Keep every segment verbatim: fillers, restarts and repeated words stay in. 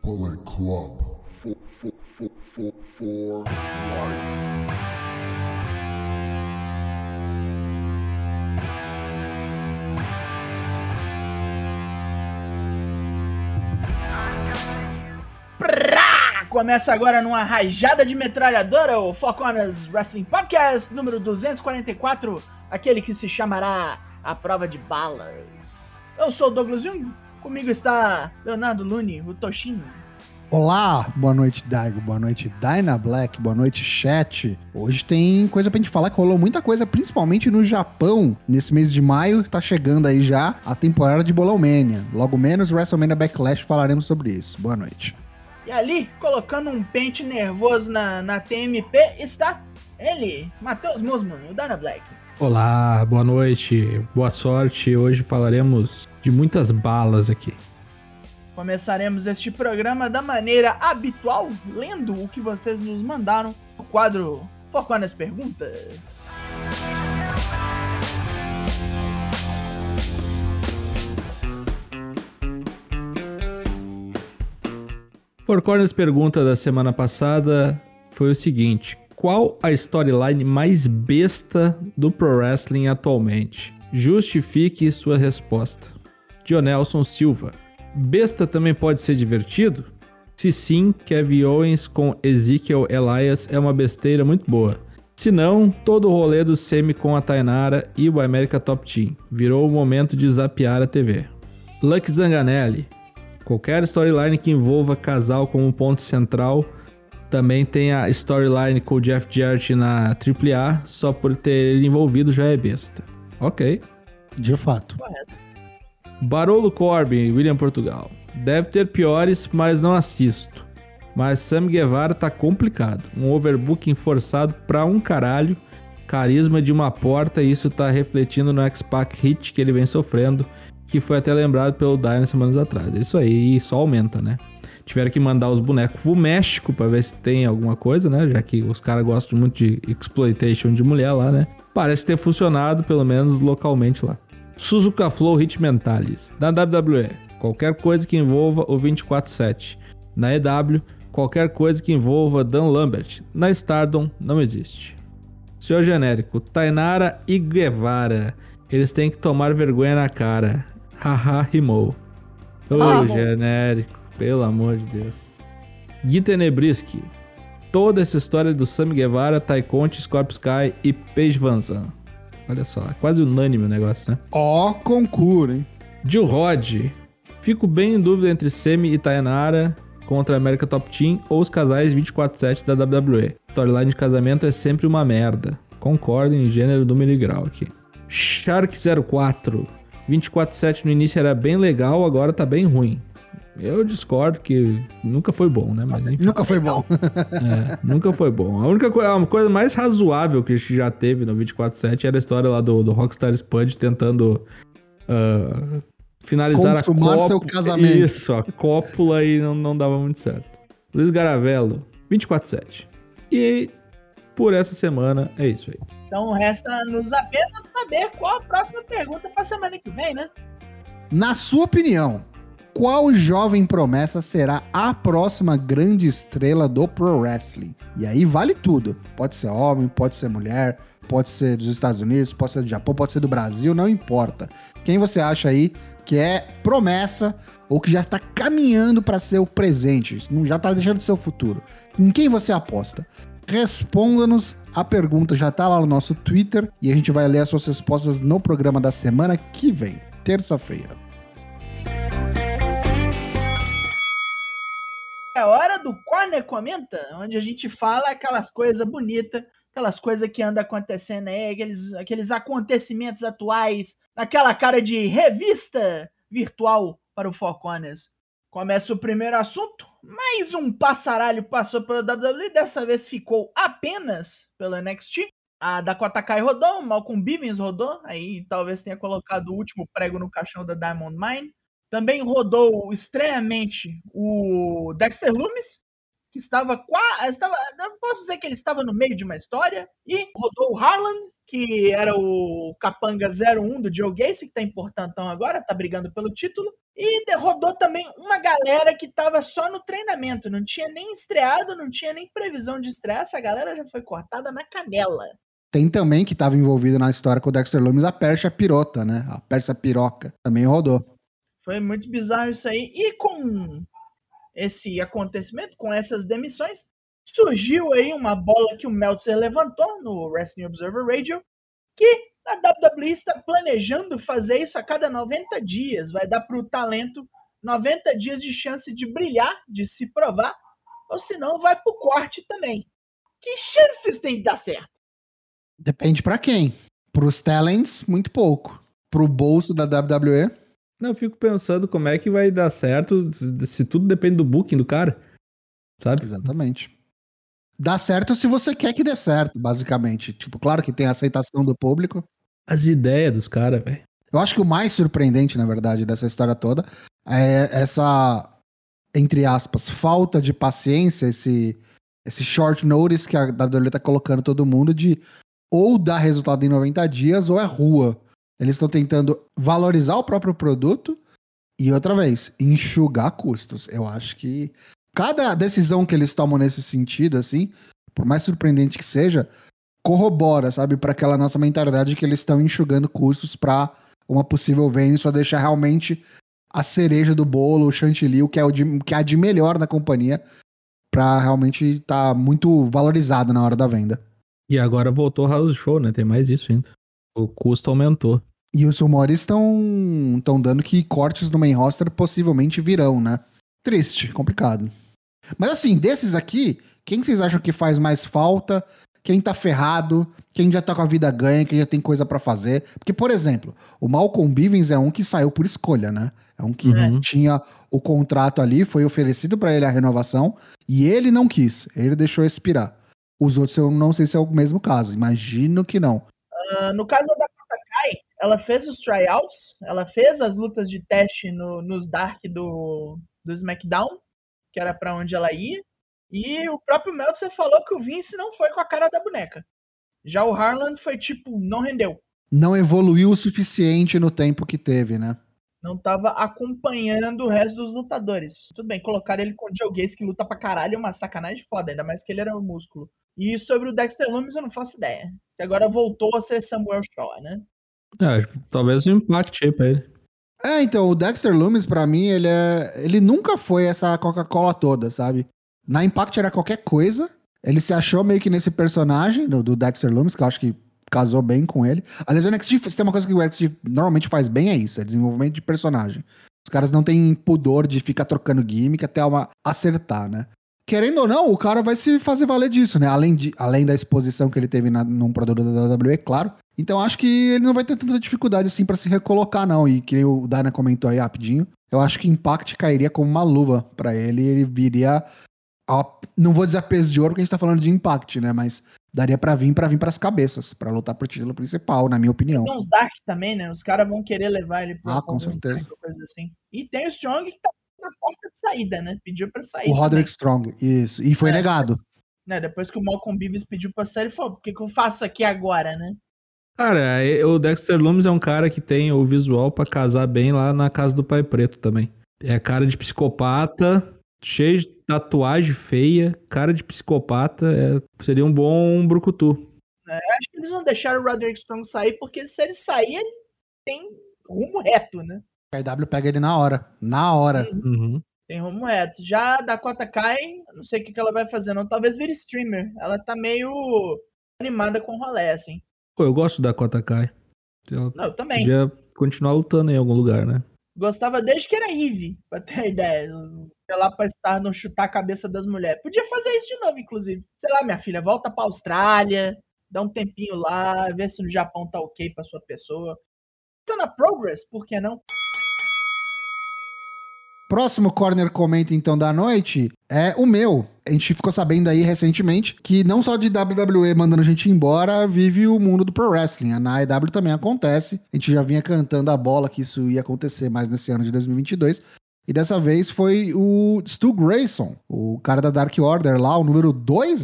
Bullet Club. For, for, for, for, for life. Começa agora numa rajada de metralhadora o Four Corners Wrestling Podcast número duzentos e quarenta e quatro, aquele que se chamará A Prova de Balas. Eu sou o Douglas Jung, comigo está Leonardo Lune, o Toshin. Olá, boa noite Daigo, boa noite Dyna Black, boa noite chat. Hoje tem coisa pra gente falar que rolou muita coisa, principalmente no Japão. Nesse mês de maio tá chegando aí já a temporada de Bolão Mania. Logo menos WrestleMania Backlash, falaremos sobre isso. Boa noite. E ali, colocando um pente nervoso na, na T M P, está ele, Matheus Musman, o Dyna Black. Olá, boa noite, boa sorte. Hoje falaremos de muitas balas aqui. Começaremos este programa da maneira habitual, lendo o que vocês nos mandaram no quadro Four Corners Pergunta. Four Corners Pergunta da semana passada foi o seguinte: qual a storyline mais besta do Pro Wrestling atualmente? Justifique sua resposta. Dionelson Silva. Besta também pode ser divertido? Se sim, Kevin Owens com Ezekiel Elias é uma besteira muito boa. Se não, todo o rolê do Semi com a Tainara e o America Top Team. Virou o momento de zapear a T V. Lucky Zanganelli. Qualquer storyline que envolva casal como ponto central. Também tem a storyline com o Jeff Jarrett na Triple A, só por ter ele envolvido já é besta. Ok. De fato. Correto. Barolo Corbin, William Portugal. Deve ter piores, mas não assisto. Mas Sam Guevara tá complicado. Um overbooking forçado pra um caralho. Carisma de uma porta, e isso tá refletindo no X-Pac hit que ele vem sofrendo, que foi até lembrado pelo Dino semanas atrás. Isso aí só aumenta, né? Tiveram que mandar os bonecos pro México pra ver se tem alguma coisa, né? Já que os caras gostam muito de exploitation de mulher lá, né? Parece ter funcionado, pelo menos localmente lá. Suzuka Flow Hit Mentalis. Na W W E, qualquer coisa que envolva o vinte e quatro sete. Na E W, qualquer coisa que envolva Dan Lambert. Na Stardom, não existe. Senhor genérico, Tainara e Guevara. Eles têm que tomar vergonha na cara. Haha, rimou. Ô, Ah, genérico, pelo amor de Deus. Gui Tenebriski. Toda essa história do Sam Guevara, Ty Conti, Scorpio Sky e Paige Van Zandt. Olha só, é quase unânime o negócio, né? Ó, concurso, hein? Jill Rod. Fico bem em dúvida entre Semi e Tainara contra a America Top Team ou os casais vinte e quatro sete da W W E. Storyline de casamento é sempre uma merda. Concordo em gênero, número e grau aqui. Shark zero quatro. vinte e quatro sete no início era bem legal, agora tá bem ruim. Eu discordo que nunca foi bom, né? Mas enfim. Nunca foi bom. É, nunca foi bom. A única coisa, a coisa mais razoável que já teve no vinte e quatro sete era a história lá do, do Rockstar Spud tentando uh, finalizar Consumar a cópula. seu casamento. Isso, a cópula, e não, não dava muito certo. Luiz Garavello, vinte e quatro sete. E por essa semana é isso aí. Então resta nos apenas saber qual a próxima pergunta pra semana que vem, né? Na sua opinião, qual jovem promessa será a próxima grande estrela do Pro Wrestling? E aí vale tudo. Pode ser homem, pode ser mulher, pode ser dos Estados Unidos, pode ser do Japão, pode ser do Brasil, não importa. Quem você acha aí que é promessa ou que já está caminhando para ser o presente, não já está deixando de ser o futuro? Em quem você aposta? Responda-nos, a pergunta já tá lá no nosso Twitter e a gente vai ler as suas respostas no programa da semana que vem, terça-feira. É hora do Corner Comenta, onde a gente fala aquelas coisas bonitas, aquelas coisas que andam acontecendo aí, aqueles, aqueles acontecimentos atuais, aquela cara de revista virtual para o Four Corners. Começa o primeiro assunto. Mais um passaralho passou pela W W E, dessa vez ficou apenas pela N X T. A Dakota Kai rodou, o Malcolm Bivens rodou, aí talvez tenha colocado o último prego no caixão da Diamond Mine. Também rodou estranhamente o Dexter Lumis, que estava quase, estava, não posso dizer que ele estava no meio de uma história, e rodou o Harland, que era o capanga zero um do Joe Gacy, que tá importantão agora, tá brigando pelo título. E rodou também uma galera que tava só no treinamento, não tinha nem estreado, não tinha nem previsão de estrear, essa galera já foi cortada na canela. Tem também que tava envolvido na história com o Dexter Lumis a Persia Pirota, né? A Persia Piroca também rodou. Foi muito bizarro isso aí. E com esse acontecimento, com essas demissões, surgiu aí uma bola que o Meltzer levantou no Wrestling Observer Radio, que a W W E está planejando fazer isso a cada noventa dias. Vai dar para o talento noventa dias de chance de brilhar, de se provar, ou senão vai pro corte também. Que chances tem de dar certo? Depende pra quem. Pros talents, muito pouco. Pro bolso da W W E. Não, eu fico pensando como é que vai dar certo se, se tudo depende do booking do cara. Sabe? Exatamente. Dá certo se você quer que dê certo, basicamente. Tipo, claro que tem a aceitação do público. As ideias dos caras, velho. Eu acho que o mais surpreendente, na verdade, dessa história toda é essa, entre aspas, falta de paciência, esse, esse short notice que a W W E tá colocando todo mundo de ou dar resultado em noventa dias ou é rua. Eles estão tentando valorizar o próprio produto e, outra vez, enxugar custos. Eu acho que cada decisão que eles tomam nesse sentido, assim, por mais surpreendente que seja, corrobora, sabe, para aquela nossa mentalidade que eles estão enxugando custos para uma possível venda e só deixar realmente a cereja do bolo, o chantilly, o que, é o de, que há de melhor na companhia, para realmente estar tá muito valorizado na hora da venda. E agora voltou o House Show, né? Tem mais isso ainda. O custo aumentou. E os rumores estão estão dando que cortes no main roster possivelmente virão, né? Triste, complicado. Mas assim, desses aqui, quem vocês acham que faz mais falta? Quem tá ferrado? Quem já tá com a vida ganha? Quem já tem coisa pra fazer? Porque, por exemplo, o Malcolm Bivens é um que saiu por escolha, né? É um que Uhum. tinha o contrato ali, foi oferecido pra ele a renovação e ele não quis. Ele deixou expirar. Os outros eu não sei se é o mesmo caso. Imagino que não. Uh, no caso da Dakota Kai, ela fez os tryouts, ela fez as lutas de teste no, nos Dark do, do SmackDown, que era pra onde ela ia, e o próprio Meltzer falou que o Vince não foi com a cara da boneca. Já o Harland foi tipo, não rendeu. Não evoluiu o suficiente no tempo que teve, né? Não tava acompanhando o resto dos lutadores. Tudo bem, colocaram ele com o Joe Gacy, que luta pra caralho, é uma sacanagem foda, ainda mais que ele era o músculo. E sobre o Dexter Lumis eu não faço ideia. Que agora voltou a ser Samuel Shaw, né? É, talvez um impact aí pra ele. É, então, o Dexter Lumis, pra mim, ele é. Ele nunca foi essa Coca-Cola toda, sabe? Na Impact era qualquer coisa. Ele se achou meio que nesse personagem do, do Dexter Lumis, que eu acho que casou bem com ele. Aliás, o N X T, se tem uma coisa que o N X T normalmente faz bem, é isso: é desenvolvimento de personagem. Os caras não têm pudor de ficar trocando gimmick até uma acertar, né? Querendo ou não, o cara vai se fazer valer disso, né? Além, de, além da exposição que ele teve na, num produto da W W E, claro. Então acho que ele não vai ter tanta dificuldade assim pra se recolocar, não. E que o Dana comentou aí rapidinho, eu acho que Impact cairia como uma luva pra ele e ele viria... A, não vou dizer a peso de ouro porque a gente tá falando de Impact, né? Mas daria pra vir pra vir pras cabeças, pra lutar pro título principal, na minha opinião. Tem uns Dark também, né? Os caras vão querer levar ele pro Ah, com certeza. tempo, coisa assim. E tem o Strong que tá na porta de saída, né? Pediu pra sair. O Roderick também. Strong, isso. E foi É. negado. Né? Depois que o Malcolm Bivens pediu pra sair, ele falou, por que, que eu faço aqui agora, né? Cara, o Dexter Lumis é um cara que tem o visual pra casar bem lá na casa do Pai Preto também. É cara de psicopata, cheio de tatuagem feia, cara de psicopata, é, seria um bom brucutu. É, acho que eles vão deixar o Roderick Strong sair, porque se ele sair, ele tem rumo reto, né? A I W pega ele na hora. Na hora. Uhum. Tem rumo reto. Já a Dakota Kai, não sei o que, que ela vai fazer, não. Talvez vire streamer. Ela tá meio animada com o rolê, assim. Pô, eu gosto da Dakota Kai. Ela Não, eu também. podia continuar lutando em algum lugar, né? Gostava desde que era Eve, pra ter ideia. Sei lá, pra estar no chutar a cabeça das mulheres. Podia fazer isso de novo, inclusive. Sei lá, minha filha, volta pra Austrália, dá um tempinho lá, vê se no Japão tá ok pra sua pessoa. Tá na Progress, por que não? Próximo Corner Comment, então, da noite é o meu. A gente ficou sabendo aí recentemente que não só de W W E mandando gente embora, vive o mundo do Pro Wrestling. Na A E W também acontece. A gente já vinha cantando a bola que isso ia acontecer mais nesse ano de dois mil e vinte e dois. E dessa vez foi o Stu Grayson, o cara da Dark Order lá, o número dois, né?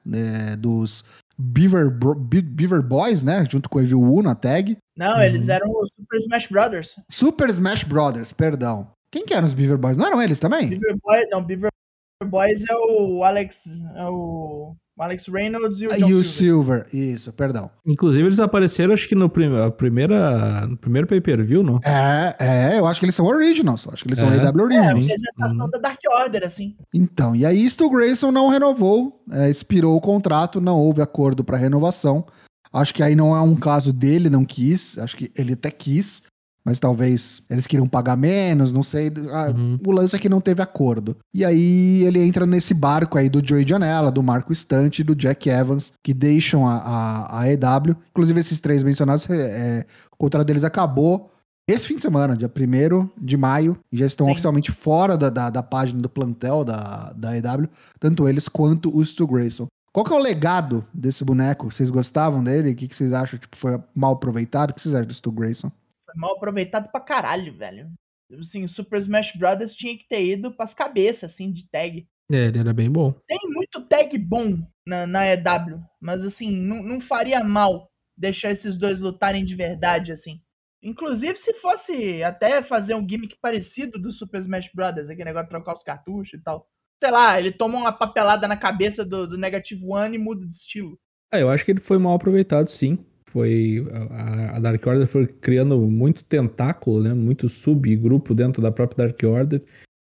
É, dos Beaver, Bro- Be- Beaver Boys, né? Junto com o Evil Uno, a tag. Não, Uhum. eles eram os Super Smash Brothers. Super Smash Brothers, perdão. Quem que eram os Beaver Boys? Não eram eles também? Beaver Boys, não, Beaver Boys é o Alex, é o Alex Reynolds e o E John o Silver. Silver, isso, perdão. Inclusive, eles apareceram, acho que no, prim- a primeira, no primeiro pay-per-view, não? É, é, eu acho que eles são originals. Eu acho que eles são É. A W É, a Originals. apresentação Uhum. da Dark Order, assim. Então, e aí Stu Grayson não renovou, é, expirou o contrato, não houve acordo para renovação. Acho que aí não é um caso dele, não quis. Acho que ele até quis, mas talvez eles queriam pagar menos, não sei. Ah, Uhum. O lance é que não teve acordo. E aí ele entra nesse barco aí do Joey Janela, do Marco Stunt e do Jack Evans, que deixam a, a, a E W. Inclusive esses três mencionados, é, o contrato deles acabou esse fim de semana, dia primeiro de maio, e já estão Sim. oficialmente fora da, da, da página do plantel da, da E W, tanto eles quanto o Stu Grayson. Qual que é o legado desse boneco? Vocês gostavam dele? O que, que vocês acham? Tipo, foi mal aproveitado? O que vocês acham do Stu Grayson? Foi mal aproveitado pra caralho, velho. Assim, o Super Smash Brothers tinha que ter ido pras cabeças, assim, de tag. É, ele era bem bom. Tem muito tag bom na, na E W, mas assim, não, não faria mal deixar esses dois lutarem de verdade, assim. Inclusive, se fosse até fazer um gimmick parecido do Super Smash Brothers, aquele negócio de trocar os cartuchos e tal. Sei lá, ele toma uma papelada na cabeça do, do Negative One e muda de estilo. Ah, eu acho que ele foi mal aproveitado, sim. Foi a, a Dark Order foi criando muito tentáculo, né? Muito subgrupo dentro da própria Dark Order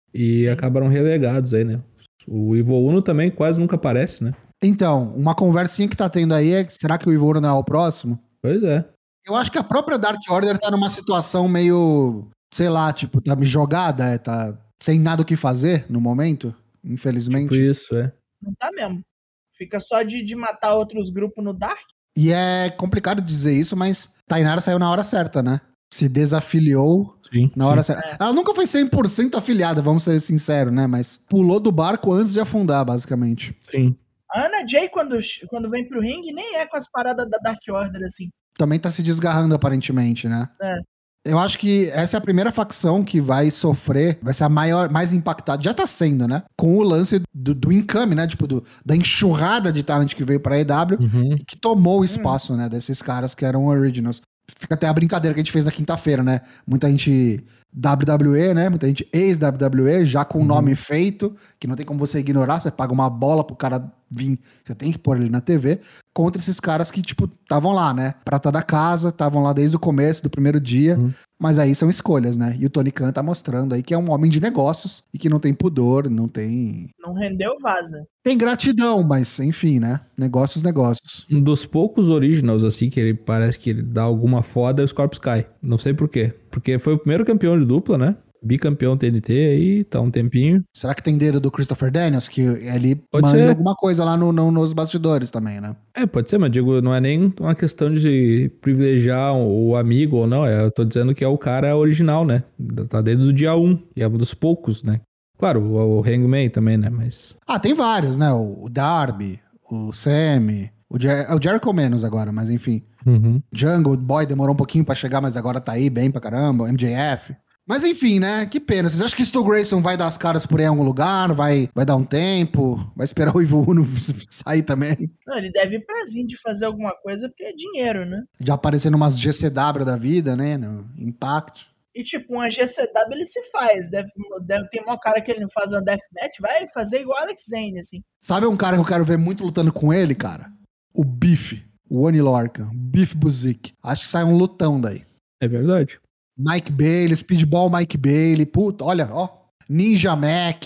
e Sim. acabaram relegados aí, né? O Evil Uno também quase nunca aparece, né? Então, uma conversinha que tá tendo aí é: será que o Ivoro não é o próximo? Pois é. Eu acho que a própria Dark Order tá numa situação meio, sei lá, tipo, tá jogada, é, tá sem nada o que fazer no momento, infelizmente. Tipo isso, é. Não tá mesmo. Fica só de, de matar outros grupos no Dark. E é complicado dizer isso, mas Tainara saiu na hora certa, né? Se desafiliou Sim. na hora sim. certa. Ela nunca foi cem por cento afiliada, vamos ser sinceros, né? Mas pulou do barco antes de afundar, basicamente. Sim. A Ana Jay, quando, quando vem pro ringue, nem é com as paradas da Dark Order, assim. Também tá se desgarrando, aparentemente, né? É. Eu acho que essa é a primeira facção que vai sofrer, vai ser a maior, mais impactada, já tá sendo, né? Com o lance do, do encame, né? Tipo, do, da enxurrada de talent que veio pra E W Uhum. e que tomou o espaço, né? Desses caras que eram originals. Fica até a brincadeira que a gente fez na quinta-feira, né? Muita gente W W E, né? Muita gente ex-W W E, já com o Uhum. nome feito, que não tem como você ignorar, você paga uma bola pro cara vir, você tem que pôr ele na T V, contra esses caras que, tipo, estavam lá, né? Prata da casa, estavam lá desde o começo, do primeiro dia, Uhum. mas aí são escolhas, né? E o Tony Khan tá mostrando aí que é um homem de negócios e que não tem pudor, não tem... Não rendeu, vaza. Tem gratidão, mas, enfim, né? Negócios, negócios. Um dos poucos originals, assim, que ele parece que ele dá alguma foda é o Scorpio Sky. Não sei por quê. Porque foi o primeiro campeão de dupla, né? Bicampeão T N T aí, tá um tempinho. Será que tem dedo do Christopher Daniels? Que ele Pode manda ser. alguma coisa lá no, no- nos bastidores também, né? É, pode ser, mas digo, não é nem uma questão de privilegiar o amigo ou não. É, eu tô dizendo que é o cara original, né? Tá desde o dia um. E é um dos poucos, né? Claro, o, o Hangman também, né? Mas. Ah, tem vários, né? O, o Darby, o Sammy, o, Jer o Jericho menos agora, mas enfim. Uhum. Jungle Boy demorou um pouquinho pra chegar, mas agora tá aí bem pra caramba. M J F. Mas enfim, né? Que pena. Vocês acham que Stu Grayson vai dar as caras por aí em algum lugar? Vai, vai dar um tempo? Vai esperar o Evil Uno sair também? Não, ele deve ir pra Zin de fazer alguma coisa, porque é dinheiro, né? Já aparecendo umas G C W da vida, né? No Impact. E tipo, uma G C W ele se faz. Deve, deve ter uma cara que ele não faz uma deathmatch, vai fazer igual Alex Zane, assim. Sabe um cara que eu quero ver muito lutando com ele, cara? O Biff. O Oni Lorcan. Biff Buzik. Acho que sai um lutão daí. É verdade. Mike Bailey, Speedball Mike Bailey. Puta, olha, ó. Ninja Mac.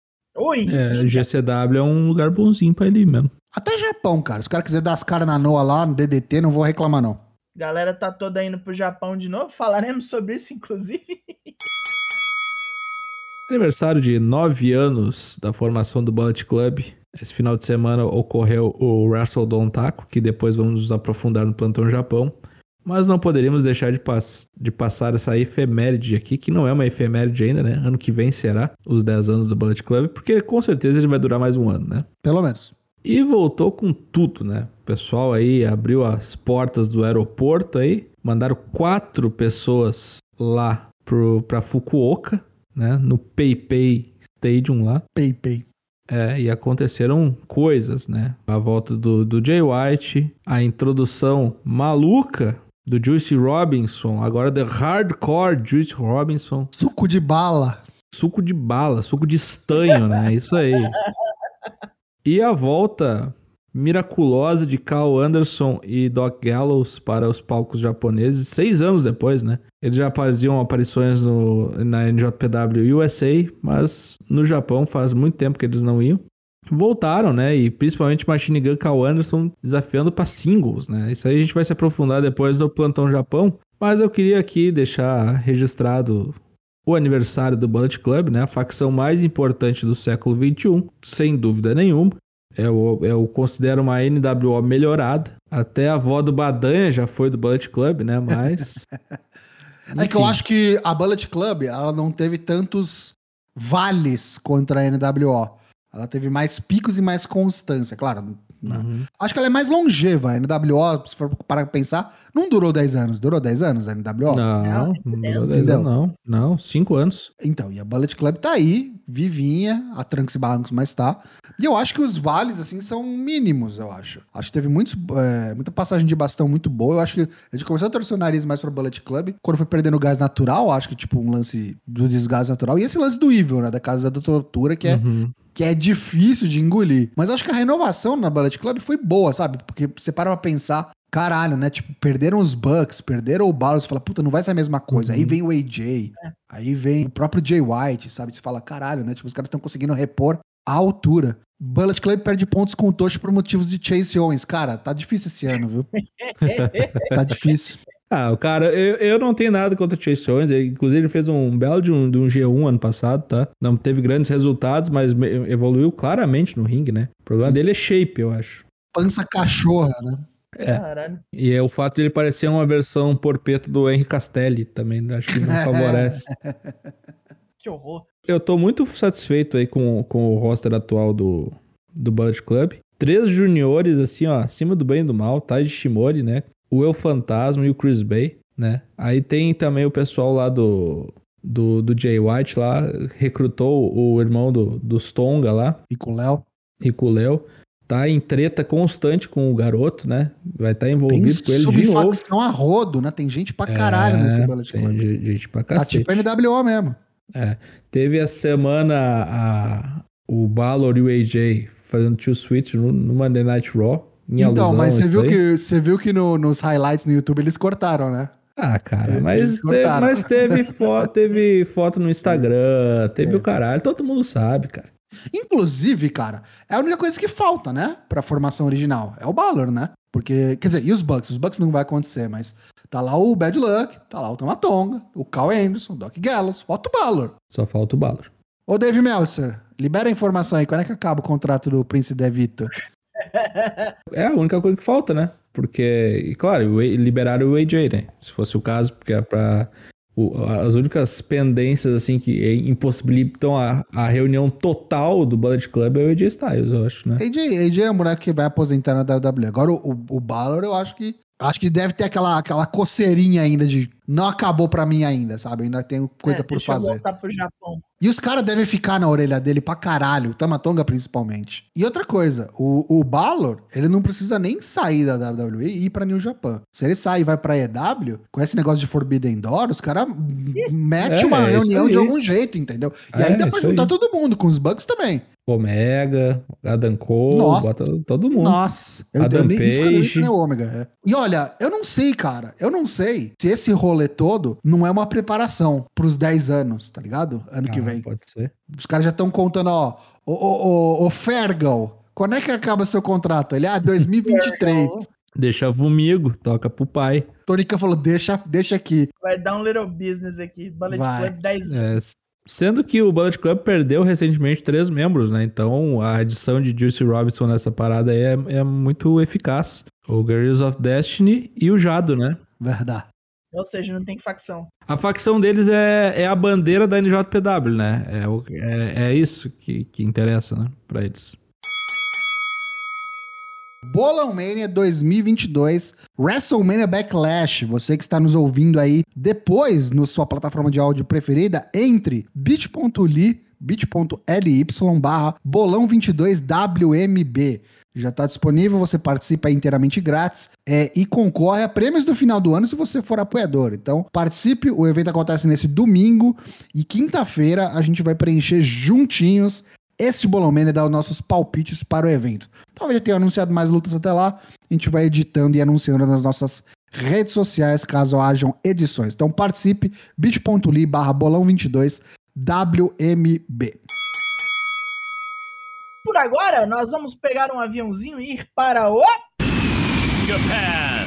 Oi! É, G C W é um lugar bonzinho pra ele ir mesmo. Até Japão, cara. Se o cara quiser dar as caras na Noa lá, no D D T, não vou reclamar, não. Galera tá toda indo pro Japão de novo. Falaremos sobre isso, inclusive. Aniversário de nove anos da formação do Bullet Club. Esse final de semana ocorreu o Wrestle Don Taco, que depois vamos nos aprofundar no Plantão Japão. Mas não poderíamos deixar de, pass de passar essa efeméride aqui, que não é uma efeméride ainda, né? Ano que vem será os dez anos do Bullet Club, porque com certeza ele vai durar mais um ano, né? Pelo menos. E voltou com tudo, né? O pessoal aí abriu as portas do aeroporto aí, mandaram quatro pessoas lá pro, pra Fukuoka, né? No PayPay Stadium lá. Pei, pei. É, e aconteceram coisas, né? A volta do, do Jay White, a introdução maluca do Juice Robinson, agora The Hardcore Juice Robinson. Suco de bala. Suco de bala, suco de estanho, né? Isso aí. E a volta miraculosa de Carl Anderson e Doc Gallows para os palcos japoneses, seis anos depois, né? Eles já faziam aparições no, na N J P W U S A, mas no Japão faz muito tempo que eles não iam. Voltaram, né? E principalmente Machine Gun Carl Anderson desafiando para singles, né? Isso aí a gente vai se aprofundar depois do Plantão Japão, mas eu queria aqui deixar registrado o aniversário do Bullet Club, né? A facção mais importante do século vinte e um, sem dúvida nenhuma. Eu, eu considero uma N W O melhorada. Até a avó do Badanha já foi do Bullet Club, né? Mas... é que eu acho que a Bullet Club, ela não teve tantos vales contra a N W O. Ela teve mais picos e mais constância, claro. Uhum. Acho que ela é mais longeva. A N W O, se for para pensar, não durou dez anos. Durou dez anos a N W O? Não, não, não durou dez anos, não. Não, cinco anos. Então, e a Bullet Club tá aí, vivinha, a trancos e barrancos, mas tá. E eu acho que os vales, assim, são mínimos, eu acho. Acho que teve muitos, é, muita passagem de bastão muito boa. Eu acho que a gente começou a torcer o nariz mais pra Bullet Club. Quando foi perdendo gás natural, acho que, tipo, um lance do desgaste natural. E esse lance do Evil, né? Da Casa da Tortura, que é... Uhum. que é difícil de engolir. Mas eu acho que a renovação na Bullet Club foi boa, sabe? Porque você para pra pensar, caralho, né? Tipo, perderam os Bucks, perderam o Balor, você fala, puta, não vai ser a mesma coisa. Uhum. Aí vem o A J, é. aí vem o próprio Jay White, sabe? Você fala, caralho, né? Tipo, os caras estão conseguindo repor a altura. Bullet Club perde pontos com o Toshi por motivos de Chase Owens. Cara, tá difícil esse ano, viu? Tá difícil. Ah, o cara, eu, eu não tenho nada contra o Chase Owens, ele, inclusive ele fez um belo de um, de um G um ano passado, tá? Não teve grandes resultados, mas evoluiu claramente no ringue, né? O problema Sim. dele é shape, eu acho. Pança cachorra, né? É. Caralho. E é o fato de ele parecer uma versão porpeto do Henry Castelli também, acho que não favorece. Que horror. Eu tô muito satisfeito aí com, com o roster atual do, do Bullet Club. Três juniores, assim, ó, acima do bem e do mal, Taiji Shimori, né? O El Fantasma e o Chris Bay, né? Aí tem também o pessoal lá do, do, do Jay White lá, recrutou o irmão do, do Stonga lá. E com o Léo. E com o Léo. Tá em treta constante com o garoto, né? Vai estar tá envolvido tem com ele de novo. Tem facção a rodo, né? Tem gente pra caralho é, nesse Bullet Club. Tem gente pra cacete. Tá tipo N W O mesmo. É. Teve a semana a, o Balor e o A J fazendo two switch no, no Monday Night Raw. Então, alusão, mas você viu, que, você viu que no, nos highlights no YouTube eles cortaram, né? Ah, cara, mas teve, mas teve, fo- teve foto no Instagram, teve é. o caralho, todo mundo sabe, cara. Inclusive, cara, é a única coisa que falta, né? Pra formação original. É o Balor, né? Porque, quer dizer, e os Bucks? Os Bucks não vai acontecer, mas tá lá o Bad Luck, tá lá o Tamatonga, o Carl Anderson, o Doc Gallows, falta o Balor. Só falta o Balor. Ô, Dave Meltzer, libera a informação aí, quando é que acaba o contrato do Prince Devito? É a única coisa que falta, né? Porque, e claro, liberaram o A J, né? Se fosse o caso, porque é pra... O, as únicas pendências, assim, que impossibilitam a, a reunião total do Bullet Club é o A J Styles, eu acho, né? A J, A J é um boneco que vai aposentar na W W E. Agora, o, o, o Balor, eu acho que acho que deve ter aquela, aquela coceirinha ainda de não acabou pra mim ainda, sabe? Ainda tem coisa é, por deixa fazer. Eu voltar pro Japão. E os caras devem ficar na orelha dele pra caralho, o Tamatonga principalmente. E outra coisa, o, o Balor, ele não precisa nem sair da W W E e ir pra New Japan. Se ele sair e vai pra E W, com esse negócio de Forbidden Door, os caras metem é, uma é reunião de algum jeito, entendeu? E é, aí dá pra juntar aí. todo mundo, com os Bucks também. Omega, Adam Cole, Nossa, bota todo mundo. Nossa, eu, Adam eu nem Page. Isso não é Omega. É. E olha, eu não sei, cara, eu não sei se esse rolê todo não é uma preparação pros dez anos, tá ligado? Ano ah, que vem. Pode ser. Os caras já estão contando, ó, o, o, o, o Fergal, quando é que acaba seu contrato? Ele, ah, dois mil e vinte e três. Deixa vomigo, toca pro pai. Tonica falou, deixa, deixa aqui. Vai dar um little business aqui, Bullet Club dez anos. É, sendo que o Bullet Club perdeu recentemente três membros, né? Então a adição de Juice Robinson nessa parada aí é, é muito eficaz. O Guerrillas of Destiny e o Jado, né? Verdade. Ou seja, não tem facção. A facção deles é, é a bandeira da N J P W, né? É, o, é, é isso que, que interessa, né? Pra eles. Bolão Mania dois mil e vinte e dois, WrestleMania Backlash. Você que está nos ouvindo aí depois, na sua plataforma de áudio preferida, entre bit ponto l y bit.ly barra bolão vinte e dois W M B. Já está disponível, você participa inteiramente grátis é, e concorre a prêmios do final do ano se você for apoiador. Então, participe, o evento acontece nesse domingo e quinta-feira a gente vai preencher juntinhos este Bolão Mania e dar os nossos palpites para o evento. Talvez já tenha anunciado mais lutas até lá, a gente vai editando e anunciando nas nossas redes sociais caso hajam edições. Então participe, bit.ly barra bolão vinte e dois W M B. Por agora, nós vamos pegar um aviãozinho e ir para o... Japan.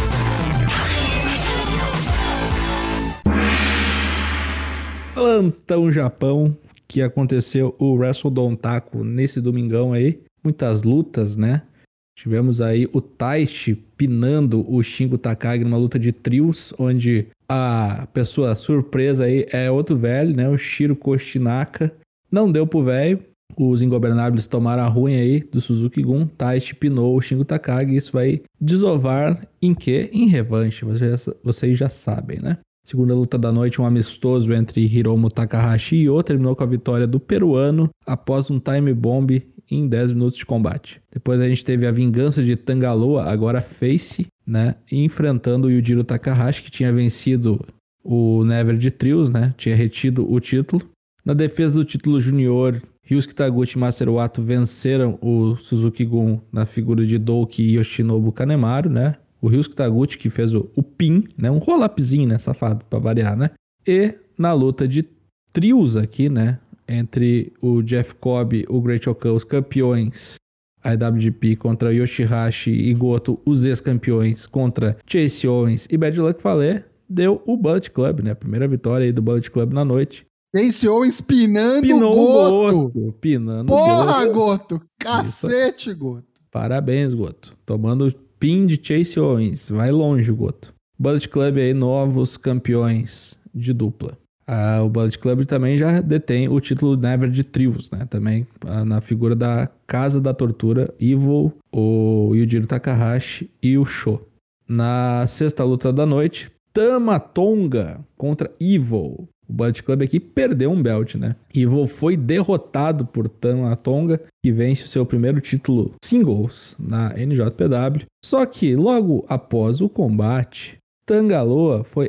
Plantão Japão, que aconteceu o Wrestle Dontaku nesse domingão aí. Muitas lutas, né? Tivemos aí o Taishi pinando o Shingo Takagi numa luta de trios, onde a pessoa surpresa aí é outro velho, né? O Shiro Koshinaka. Não deu pro velho. Os ingobernáveis tomaram a ruim aí do Suzuki-gun. Taishi pinou o Shingo Takagi. Isso vai desovar em quê? Em revanche. Vocês, vocês já sabem, né? Segunda luta da noite, um amistoso entre Hiromu Takahashi e Io. Terminou com a vitória do peruano após um time bomb em dez minutos de combate. Depois a gente teve a vingança de Tangaloa, agora face, né? Enfrentando o Yujiro Takahashi, que tinha vencido o Never de trios, né? Tinha retido o título. Na defesa do título junior, Ryusuke Taguchi e Masaru Wato venceram o Suzuki-gun na figura de Douki e Yoshinobu Kanemaru, né? O Ryusuke Taguchi que fez o, o pin, né? Um roll-upzinho, né? Safado, pra variar, né? E na luta de trios aqui, né? Entre o Jeff Cobb, o Great Okan, os campeões I W G P contra Yoshihashi e Goto, os ex-campeões contra Chase Owens e Bad Luck Fale, deu o Bullet Club, né? A primeira vitória aí do Bullet Club na noite. Chase Owens pinando Pinou o Goto. Goto. Pinando Porra, Goto. Goto. Cacete, Goto. Parabéns, Goto. Tomando pin de Chase Owens. Vai longe, Goto. Bullet Club aí, novos campeões de dupla. Ah, o Bullet Club também já detém o título Never de trios, né? Também ah, na figura da Casa da Tortura, Evil, o Yujiro Takahashi e o Sho. Na sexta luta da noite, Tama Tonga contra Evil. O Bullet Club aqui perdeu um belt, né? Evil foi derrotado por Tama Tonga, que vence o seu primeiro título singles na N J P W. Só que logo após o combate, Tangaloa foi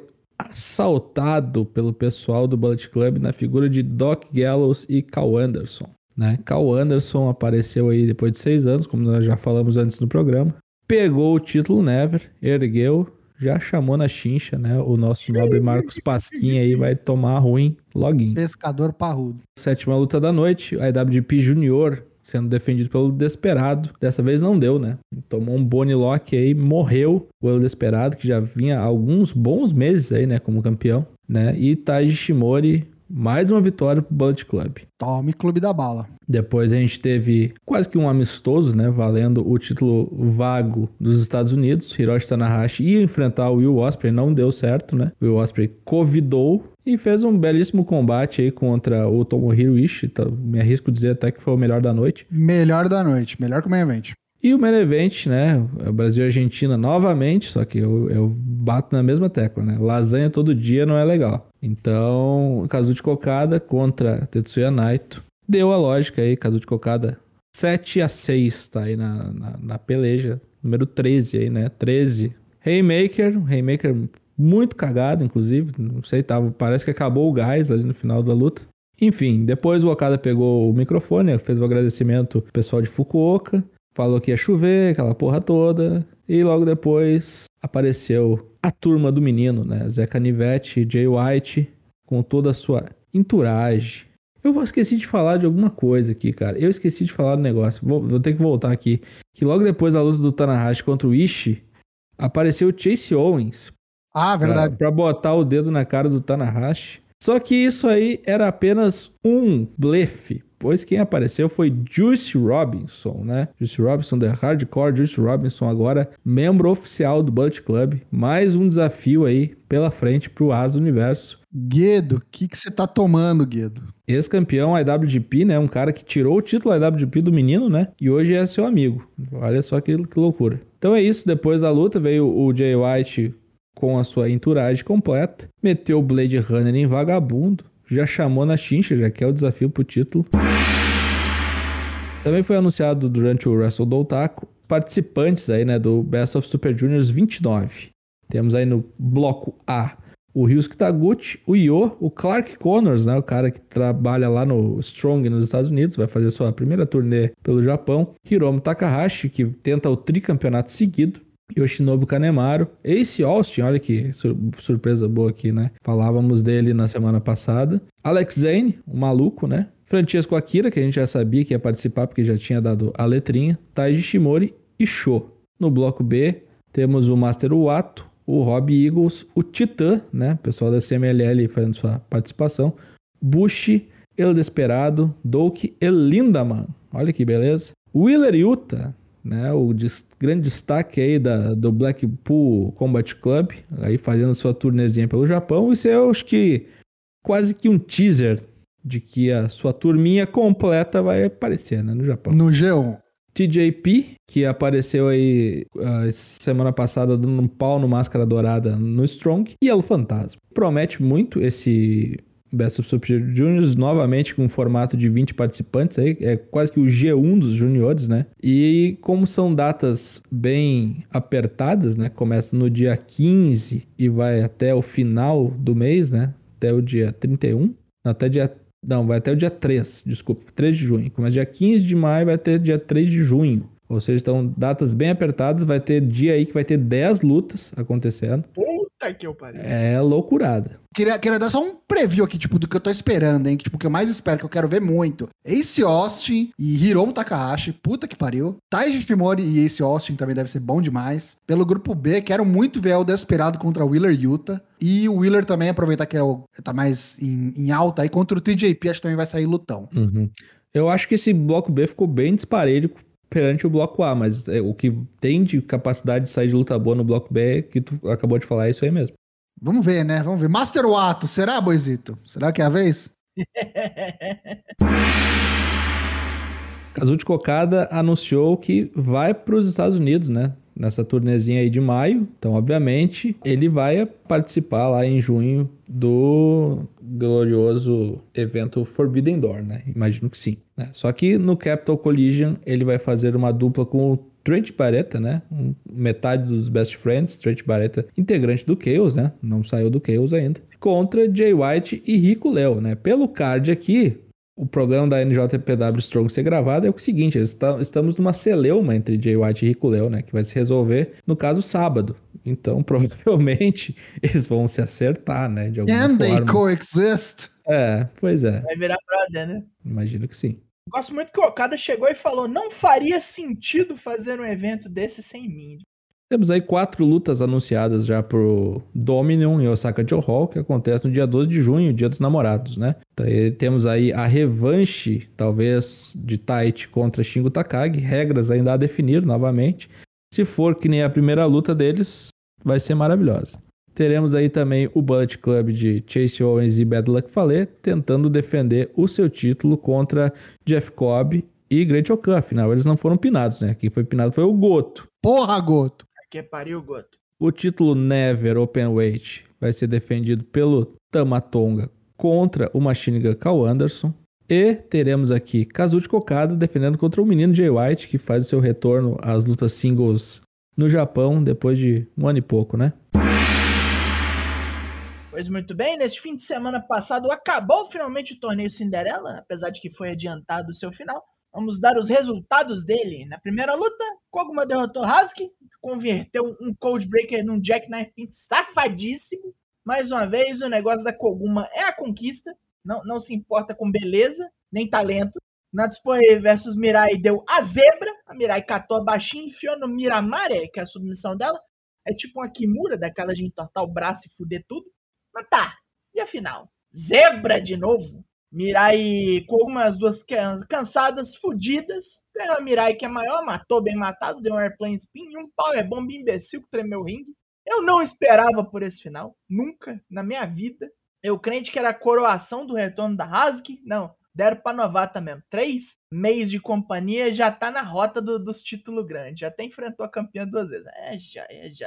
assaltado pelo pessoal do Bullet Club na figura de Doc Gallows e Carl Anderson, né? Carl Anderson apareceu aí depois de seis anos, como nós já falamos antes no programa, pegou o título Never, ergueu, já chamou na chincha, né? O nosso nobre Marcos Pasquim aí vai tomar ruim login. Pescador parrudo. Sétima luta da noite, I W G P Junior sendo defendido pelo Desperado. Dessa vez não deu, né? Tomou um Bone Lock aí, morreu o El Desperado, que já vinha há alguns bons meses aí, né? Como campeão, né? E Taiji Shimori, mais uma vitória pro Bullet Club. Tome Clube da Bala. Depois a gente teve quase que um amistoso, né? Valendo o título vago dos Estados Unidos. Hiroshi Tanahashi ia enfrentar o Will Ospreay, não deu certo, né? O Will Ospreay convidou e fez um belíssimo combate aí contra o Tomohiro Ishii. Tá, me arrisco dizer até que foi o melhor da noite. Melhor da noite, melhor que o main event. E o main event, né? O Brasil e Argentina novamente, só que eu, eu bato na mesma tecla, né? Lasanha todo dia não é legal. Então, Kazuchi Kokada contra Tetsuya Naito. Deu a lógica aí, Kazuchi Kokada sete a seis, tá aí na, na, na peleja. Número treze aí, né? treze. Haymaker, Haymaker muito cagado, inclusive. Não sei, tava, parece que acabou o gás ali no final da luta. Enfim, depois o Okada pegou o microfone, fez o agradecimento ao pessoal de Fukuoka. Falou que ia chover, aquela porra toda. E logo depois apareceu a turma do menino, né? Zé Canivete e Jay White, com toda a sua entourage. Eu esqueci de falar de alguma coisa aqui, cara. Eu esqueci de falar do negócio. Vou, vou ter que voltar aqui. Que logo depois da luta do Tanahashi contra o Ishii, apareceu o Chase Owens. Ah, verdade. Pra, pra botar o dedo na cara do Tanahashi. Só que isso aí era apenas um blefe. Pois quem apareceu foi Juice Robinson, né? Juice Robinson, The Hardcore Juice Robinson, agora membro oficial do Bullet Club. Mais um desafio aí pela frente pro As do Universo. Guedo, o que que você tá tomando, Guedo? Ex-campeão I W G P, né? Um cara que tirou o título I W G P do menino, né? E hoje é seu amigo. Olha só que, que loucura. Então é isso. Depois da luta veio o Jay White com a sua entourage completa. Meteu o Blade Runner em vagabundo. já chamou na chincha, já quer o desafio pro título. Também foi anunciado durante o Wrestle do Otaku participantes aí, né, do Best of Super Juniors vinte e nove. Temos aí no bloco A o Ryusuke Taguchi, o Yo, o Clark Connors, né, o cara que trabalha lá no Strong nos Estados Unidos, vai fazer sua primeira turnê pelo Japão, Hiromu Takahashi, que tenta o tricampeonato seguido, Yoshinobu Kanemaru, Ace Austin, olha que sur- surpresa boa aqui, né? Falávamos dele na semana passada. Alex Zane, o maluco, né? Francesco Akira, que a gente já sabia que ia participar porque já tinha dado a letrinha. Taiji Shimori e Sho. No bloco B, temos o Master Wato, o Rob Eagles, o Titã, né? O pessoal da C M L L fazendo sua participação. Bushi, El Desperado, Doki e Lindaman. Olha que beleza. Wheeler Yuta, né, o des- grande destaque aí da, do Blackpool Combat Club, aí fazendo sua turnezinha pelo Japão. Isso é, eu acho que, quase que um teaser de que a sua turminha completa vai aparecer, né, no Japão. No G um. T J P, que apareceu aí uh, semana passada dando um pau no Máscara Dourada no Strong, e El Fantasma. Promete muito esse Best of Super Juniors, novamente com um formato de vinte participantes, aí, é quase que o G um dos juniores, né? E como são datas bem apertadas, né? Começa no dia quinze e vai até o final do mês, né? Até o dia trinta e um, não, até dia... Não, vai até o dia três, desculpa, três de junho. Começa dia quinze de maio, vai ter dia três de junho. Ou seja, estão datas bem apertadas, vai ter dia aí que vai ter dez lutas acontecendo. Puta que eu pariu. É loucurada. Queria, queria dar só um preview aqui, tipo, do que eu tô esperando, hein? Que, tipo, que eu mais espero, que eu quero ver muito. Ace Austin e Hiromu Takahashi, puta que pariu. Taiji Shimori e Ace Austin também deve ser bom demais. Pelo grupo B, quero muito ver o Desperado contra o Wheeler Yuta. E o Wheeler também, aproveitar que é o, tá mais em, em alta aí, contra o T J P, acho que também vai sair lutão. Uhum. Eu acho que esse bloco B ficou bem disparelho perante o bloco A, mas é, o que tem de capacidade de sair de luta boa no bloco B, que tu acabou de falar, é isso aí mesmo. Vamos ver, né? Vamos ver. Master Wato, será, Boizito? Será que é a vez? Kazuchi Kokada anunciou que vai para os Estados Unidos, né? Nessa turnezinha aí de maio. Então, obviamente, ele vai participar lá em junho do glorioso evento Forbidden Door, né? Imagino que sim. Né? Só que no Capital Collision ele vai fazer uma dupla com o Trent Barreta, né? Um, metade dos Best Friends. Trent Barreta, integrante do Chaos, né? Não saiu do Chaos ainda. Contra Jay White e Rico Léo, né? Pelo card aqui, o problema da N J P W Strong ser gravado é o seguinte, está, estamos numa celeuma entre Jay White e Rico Léo, né? Que vai se resolver, no caso, sábado. Então, provavelmente, eles vão se acertar, né? De alguma Can forma. they coexist? É, pois é. Vai virar brother, né? Imagino que sim. Gosto muito que o Okada chegou e falou: não faria sentido fazer um evento desse sem mim. Temos aí quatro lutas anunciadas já pro Dominion e Osaka Joe Hall, que acontece no dia doze de junho, dia dos namorados, né? Então, temos aí a revanche, talvez, de Taichi contra Shingo Takagi, regras ainda a definir novamente. Se for que nem a primeira luta deles, vai ser maravilhosa. Teremos aí também o Bullet Club de Chase Owens e Bad Luck Fale, tentando defender o seu título contra Jeff Cobb e Great Okan. Afinal, eles não foram pinados, né? Quem foi pinado foi o Goto. Porra, Goto. Que pariu, Goto. O título Never Openweight vai ser defendido pelo Tama Tonga contra o Machine Gun Carl Anderson. E teremos aqui Kazuchi Kokada defendendo contra o menino Jay White, que faz o seu retorno às lutas singles no Japão depois de um ano e pouco, né? Pois muito bem, neste fim de semana passado acabou finalmente o torneio Cinderela, apesar de que foi adiantado o seu final. Vamos dar os resultados dele. Na primeira luta, Koguma derrotou Husky, converteu um Cold Breaker num Jackknife Pin safadíssimo. Mais uma vez, o negócio da Koguma é a conquista. Não, não se importa com beleza, nem talento. Natsupoi versus Mirai deu a zebra. A Mirai catou a baixinha e enfiou no Miramare, que é a submissão dela. É tipo uma Kimura, daquela de entortar o braço e fuder tudo. Mas tá, e afinal? Zebra de novo? Mirai com algumas duas cansadas, fudidas. Pegou a Mirai, que é maior, matou bem matado, deu um airplane spin e um powerbomb imbecil que tremeu o ringue. Eu não esperava por esse final, nunca, na minha vida. Eu crente que era a coroação do retorno da Husky. Não, deram pra novata mesmo. Três meses de companhia, já tá na rota do, dos títulos grandes. Já até enfrentou a campeã duas vezes. É, já é, já é.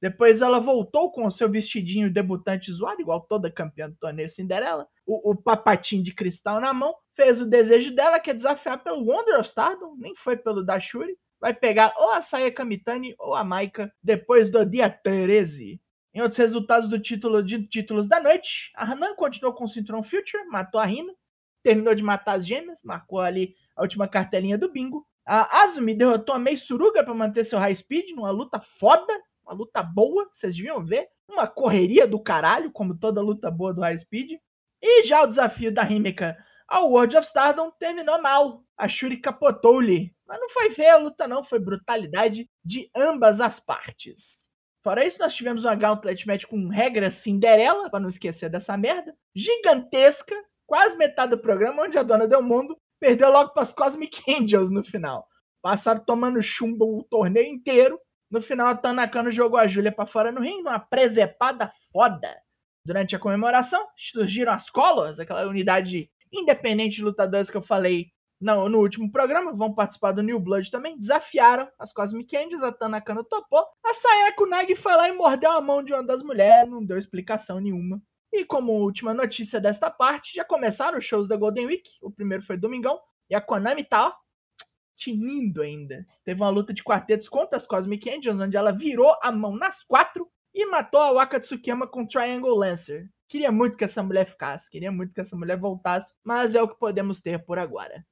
Depois ela voltou com o seu vestidinho debutante zoado, igual toda campeã do torneio Cinderela. O, o papatinho de cristal na mão. Fez o desejo dela, que é desafiar pelo Wonder of Stardom. Nem foi pelo Dashuri. Vai pegar ou a Saya Kamitani ou a Maika depois do dia treze. Em outros resultados do título de títulos da noite, a Hanan continuou com o cinturão Future, matou a Rina. Terminou de matar as gêmeas, marcou ali a última cartelinha do bingo. A Azumi derrotou a Mei Suruga para manter seu high speed numa luta foda. Uma luta boa, vocês deviam ver. Uma correria do caralho, como toda luta boa do High Speed. E já o desafio da Himeka ao World of Stardom terminou mal. A Shuri capotou-lhe. Mas não foi feia a luta não, foi brutalidade de ambas as partes. Fora isso, nós tivemos uma Gauntlet Match com regras Cinderela, pra não esquecer dessa merda. Gigantesca, quase metade do programa, onde a Dona Del Mundo perdeu logo pras Cosmic Angels no final. Passaram tomando chumbo o torneio inteiro. No final, a Tanaka jogou a Júlia pra fora no ringue, uma presepada foda. Durante a comemoração, surgiram as Colors, aquela unidade independente de lutadores que eu falei no, no último programa, vão participar do New Blood também, desafiaram as Cosmic Angels, a Tanaka topou, a Sayaka Nagi foi lá e mordeu a mão de uma das mulheres, não deu explicação nenhuma. E como última notícia desta parte, já começaram os shows da Golden Week, o primeiro foi domingão, e a Konami tá, ó, tinindo ainda. Teve uma luta de quartetos contra as Cosmic Angels, onde ela virou a mão nas quatro e matou a Waka Tsukiyama com Triangle Lancer. Queria muito que essa mulher ficasse, queria muito que essa mulher voltasse, mas é o que podemos ter por agora.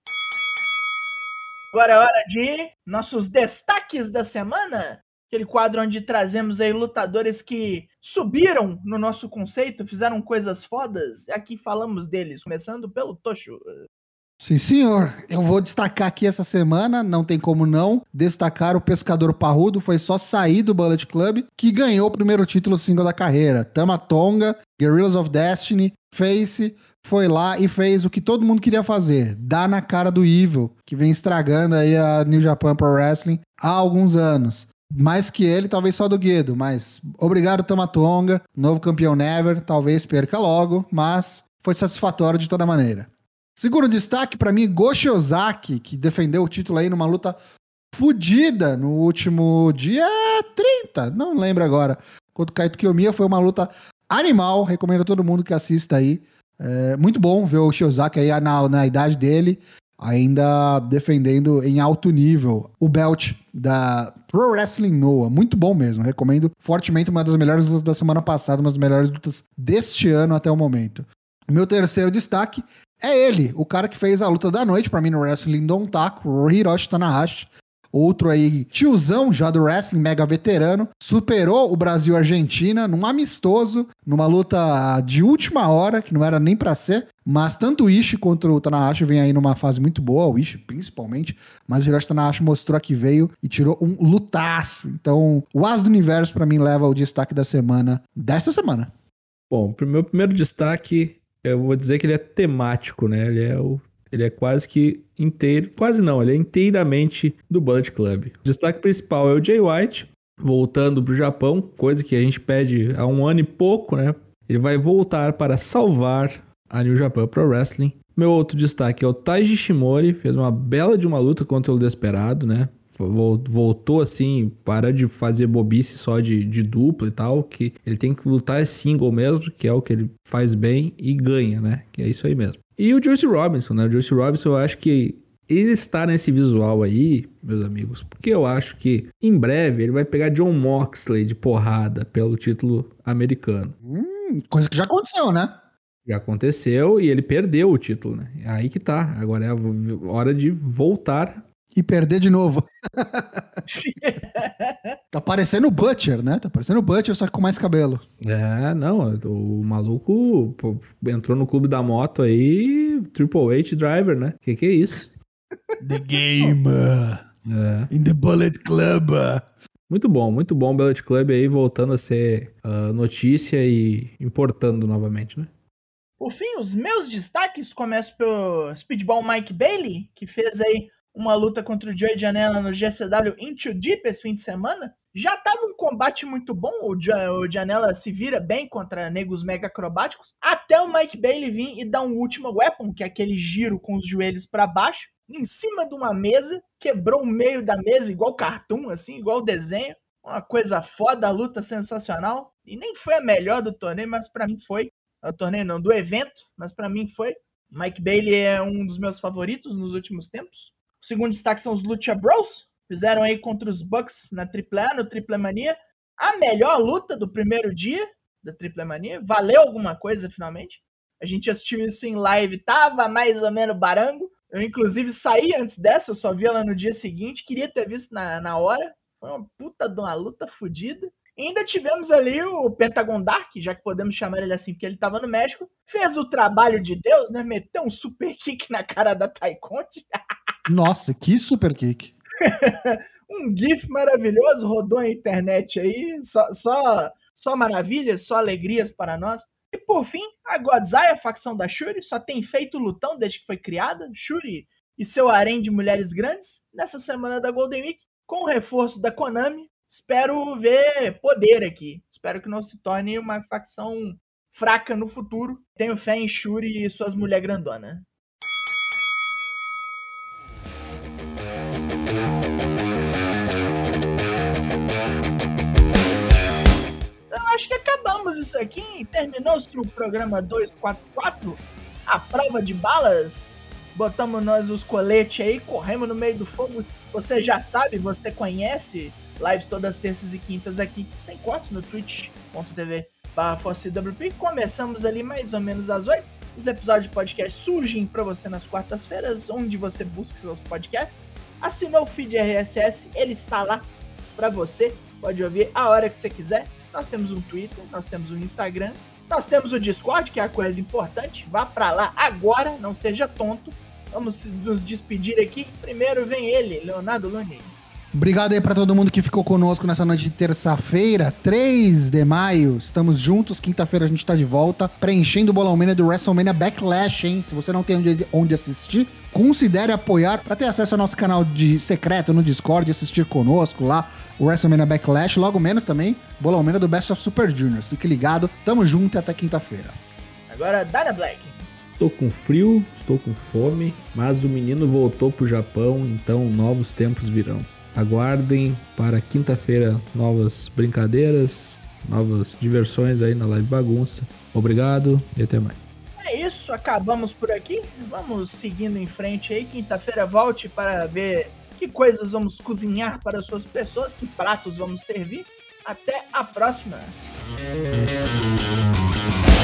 Agora é hora de nossos destaques da semana. Aquele quadro onde trazemos aí lutadores que subiram no nosso conceito, fizeram coisas fodas. Aqui falamos deles, começando pelo Toshu. Sim, senhor. Eu vou destacar aqui essa semana, não tem como não, destacar o Pescador Parrudo, foi só sair do Bullet Club, que ganhou o primeiro título single da carreira. Tama Tonga, Guerrillas of Destiny, Face, foi lá e fez o que todo mundo queria fazer, dar na cara do Evil, que vem estragando aí a New Japan Pro Wrestling há alguns anos. Mais que ele, talvez só do Guedo, mas obrigado Tama Tonga, novo campeão Never, talvez perca logo, mas foi satisfatório de toda maneira. Segundo destaque, pra mim, Go Shiozaki, que defendeu o título aí numa luta fodida no último dia trinta, não lembro agora. Contra o Kaito Kiyomiya, foi uma luta animal, recomendo a todo mundo que assista aí. É muito bom ver o Shiozaki aí na, na idade dele, ainda defendendo em alto nível o belt da Pro Wrestling Noah. Muito bom mesmo, recomendo fortemente, uma das melhores lutas da semana passada, uma das melhores lutas deste ano até o momento. Meu terceiro destaque é ele, o cara que fez a luta da noite pra mim no Wrestling Dontaku, o Hiroshi Tanahashi. Outro aí, tiozão já do wrestling, mega veterano. Superou o Brasil e a Argentina num amistoso, numa luta de última hora, que não era nem pra ser. Mas tanto o Ishii quanto o Tanahashi vem aí numa fase muito boa, o Ishii principalmente. Mas o Hiroshi Tanahashi mostrou que veio e tirou um lutaço. Então, o As do Universo pra mim leva o destaque da semana, dessa semana. Bom, pro meu primeiro destaque, eu vou dizer que ele é temático, né? Ele é, o, ele é quase que inteiro, quase não, ele é inteiramente do Bullet Club. O destaque principal é o Jay White, voltando pro Japão, coisa que a gente pede há um ano e pouco, né? Ele vai voltar para salvar a New Japan Pro Wrestling. Meu outro destaque é o Taiji Shimori, fez uma bela de uma luta contra o Desperado, né? Voltou assim, para de fazer bobice só de, de dupla e tal, que ele tem que lutar single mesmo, que é o que ele faz bem e ganha, né? Que é isso aí mesmo. E o Juice Robinson, né? O Juice Robinson, eu acho que ele está nesse visual aí, meus amigos, porque eu acho que em breve ele vai pegar John Moxley de porrada pelo título americano. Hum, coisa que já aconteceu, né? Já aconteceu e ele perdeu o título, né? Aí que tá, agora é a hora de voltar e perder de novo. Tá parecendo o Butcher, né? Tá parecendo o Butcher, só que com mais cabelo. É, não, o maluco pô, entrou no clube da moto aí, Triple H Driver, né? Que que é isso? The Game. É. In the Bullet Club. Muito bom, muito bom o Bullet Club aí, voltando a ser uh, notícia e importando novamente, né? Por fim, os meus destaques começam pelo Speedball Mike Bailey, que fez aí uma luta contra o Joey Janela no G C W Into Deep esse fim de semana. Já tava um combate muito bom, o, ja- o Janela se vira bem contra negros mega acrobáticos, até o Mike Bailey vir e dar um último weapon, que é aquele giro com os joelhos pra baixo, em cima de uma mesa, quebrou o meio da mesa, igual cartoon, assim, igual desenho, Uma coisa foda, a luta sensacional. E nem foi a melhor do torneio, mas pra mim foi. O torneio não, do evento, mas pra mim foi. Mike Bailey é um dos meus favoritos nos últimos tempos. O segundo destaque são os Lucha Bros. Fizeram aí contra os Bucks na Triple A, no Triple Mania. A melhor luta do primeiro dia da Triple Mania. Valeu alguma coisa, finalmente. A gente assistiu isso em live, tava mais ou menos barango. Eu, inclusive, saí antes dessa, eu só vi ela no dia seguinte. Queria ter visto na, na hora. Foi uma puta de uma luta fodida. E ainda tivemos ali o Pentagon Dark, já que podemos chamar ele assim, porque ele tava no México. Fez o trabalho de Deus, né? Meteu um super kick na cara da Tay Conti. Nossa, que super kick. Um gif maravilhoso, rodou a internet aí. Só, só, só maravilhas, só alegrias para nós. E por fim, a Godzilla, a facção da Shuri, só tem feito lutão desde que foi criada. Shuri e seu harém de mulheres grandes. Nessa semana da Golden Week, com o reforço da Konami, espero ver poder aqui. Espero que não se torne uma facção fraca no futuro. Tenho fé em Shuri e suas mulheres grandonas. Eu acho que acabamos isso aqui. Terminou-se o programa duzentos e quarenta e quatro. A prova de balas. Botamos nós os coletes aí, corremos no meio do fogo. Você já sabe, você conhece. Lives todas terças e quintas aqui, sem cortes, no twitch ponto tv barra force w p. Começamos ali mais ou menos às oito. Os episódios de podcast surgem para você nas quartas-feiras, onde você busca os podcasts. Assinou o feed R S S, ele está lá para você. Pode ouvir a hora que você quiser. Nós temos um Twitter, nós temos um Instagram, nós temos o Discord, que é a coisa importante. Vá para lá agora, não seja tonto. Vamos nos despedir aqui. Primeiro vem ele, Leonardo Luni. Obrigado aí pra todo mundo que ficou conosco nessa noite de terça-feira, três de maio. Estamos juntos, quinta-feira a gente tá de volta, preenchendo o Bolão Mania do WrestleMania Backlash, hein? Se você não tem onde, onde assistir, considere apoiar pra ter acesso ao nosso canal de secreto no Discord, assistir conosco lá, o WrestleMania Backlash. Logo menos também, Bolão Mania do Best of Super Junior. Fique ligado, tamo junto e até quinta-feira. Agora, Dana Black. Estou com frio, estou com fome, mas o menino voltou pro Japão, então novos tempos virão. Aguardem para quinta-feira novas brincadeiras, novas diversões aí na Live Bagunça. Obrigado e até mais. É isso, acabamos por aqui. Vamos seguindo em frente aí. Quinta-feira volte para ver que coisas vamos cozinhar para as suas pessoas, que pratos vamos servir. Até a próxima.